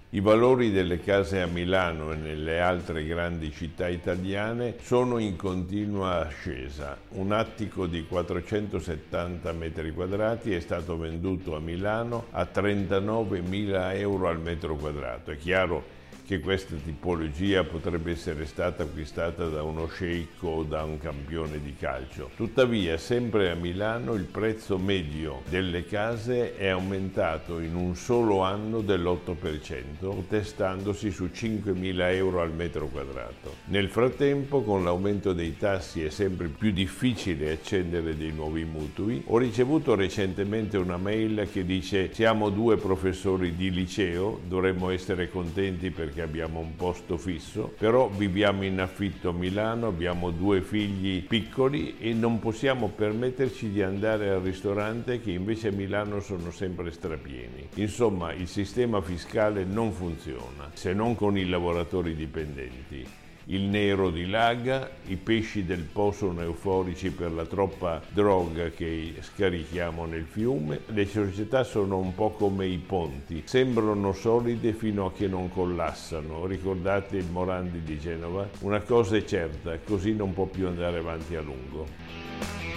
I valori delle case a Milano e nelle altre grandi città italiane sono in continua ascesa. Un attico di 470 metri quadrati è stato venduto a Milano a 39.000 euro al metro quadrato. È chiaro che questa tipologia potrebbe essere stata acquistata da uno sceicco o da un campione di calcio. Tuttavia, sempre a Milano, il prezzo medio delle case è aumentato in un solo anno dell'8%, testandosi su 5.000 euro al metro quadrato. Nel frattempo, con l'aumento dei tassi è sempre più difficile accendere dei nuovi mutui. Ho ricevuto recentemente una mail che dice: siamo 2 professori di liceo, dovremmo essere contenti perché abbiamo un posto fisso, però viviamo in affitto a Milano, abbiamo 2 figli piccoli e non possiamo permetterci di andare al ristorante, che invece a Milano sono sempre strapieni. Insomma, il sistema fiscale non funziona, se non con i lavoratori dipendenti. Il nero dilaga, i pesci del Po sono euforici per la troppa droga che scarichiamo nel fiume, le società sono un po' come i ponti, sembrano solide fino a che non collassano. Ricordate il Morandi di Genova? Una cosa è certa, così non può più andare avanti a lungo.